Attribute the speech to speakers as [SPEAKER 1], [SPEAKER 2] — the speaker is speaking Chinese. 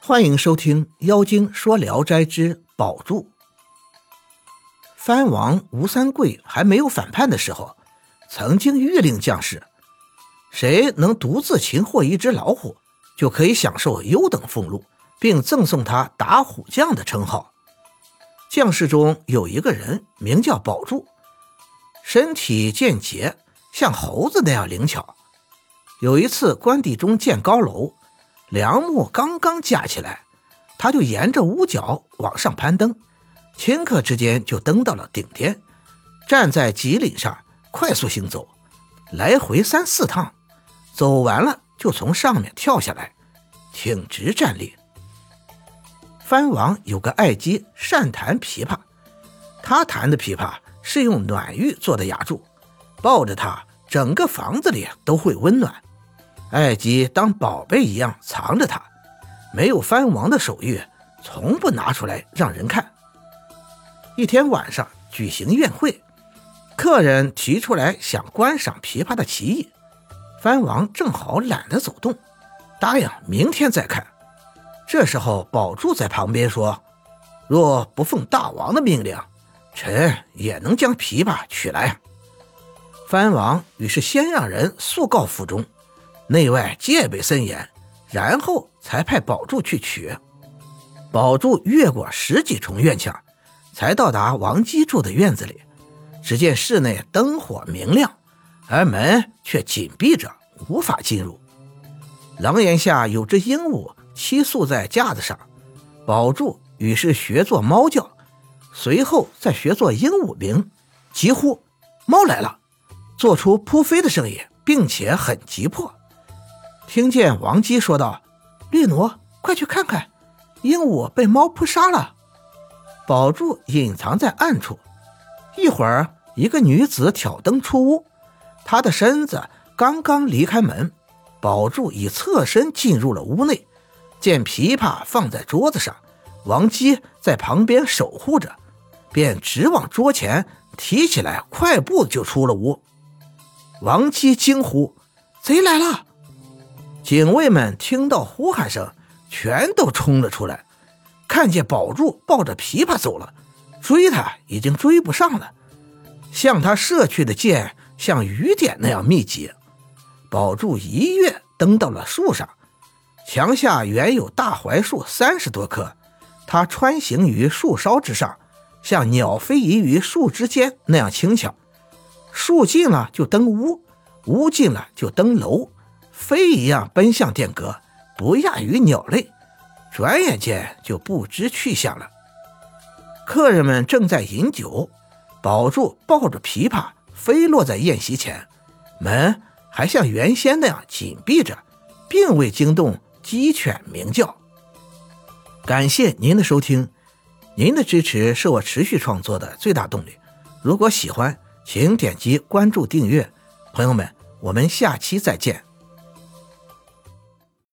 [SPEAKER 1] 欢迎收听《妖精说聊斋之宝柱》。藩王吴三桂还没有反叛的时候，曾经谕令将士，谁能独自擒获一只老虎，就可以享受优等俸禄，并赠送他打虎将的称号。将士中有一个人名叫宝柱，身体健捷，像猴子那样灵巧。有一次关帝中建高楼，梁木刚刚架起来，他就沿着屋角往上攀登，顷刻之间就登到了顶巅，站在脊岭上快速行走，来回3、4趟，走完了就从上面跳下来，挺直站立。藩王有个爱姬善弹琵琶，他弹的琵琶是用暖玉做的雅柱，抱着它整个房子里都会温暖。爱姬当宝贝一样藏着它，没有藩王的手谕，从不拿出来让人看。一天晚上举行宴会，客人提出来想观赏琵琶的棋艺，藩王正好懒得走动，答应明天再看。这时候宝柱在旁边说，若不奉大王的命令，臣也能将琵琶取来。藩王于是先让人速告府中，内外戒备森严，然后才派宝柱去取。宝柱越过10几重院墙，才到达王姬住的院子里。只见室内灯火明亮，而门却紧闭着，无法进入。廊檐下有只鹦鹉栖宿在架子上，宝柱于是学作猫叫，随后再学作鹦鹉鸣，急呼猫来了，做出扑飞的声音，并且很急迫。听见王姬说道，绿奴快去看看，鹦鹉被猫扑杀了。宝柱隐藏在暗处，一会儿一个女子挑灯出屋，她的身子刚刚离开门，宝柱已侧身进入了屋内，见琵琶放在桌子上，王姬在旁边守护着，便直往桌前提起来，快步就出了屋。王姬惊呼，贼来了！警卫们听到呼喊声，全都冲了出来，看见宝柱抱着琵琶走了，追他已经追不上了，向他射去的箭像雨点那样密集。宝柱一跃登到了树上，墙下原有大槐树30多棵，他穿行于树梢之上，像鸟飞移于树之间那样轻巧。树近了就登屋，屋近了就登楼，飞一样奔向殿阁，不亚于鸟类，转眼间就不知去向了。客人们正在饮酒，宝柱抱着琵琶飞落在宴席前，门还像原先那样紧闭着，并未惊动鸡犬鸣叫。感谢您的收听，您的支持是我持续创作的最大动力。如果喜欢，请点击关注订阅。朋友们，我们下期再见。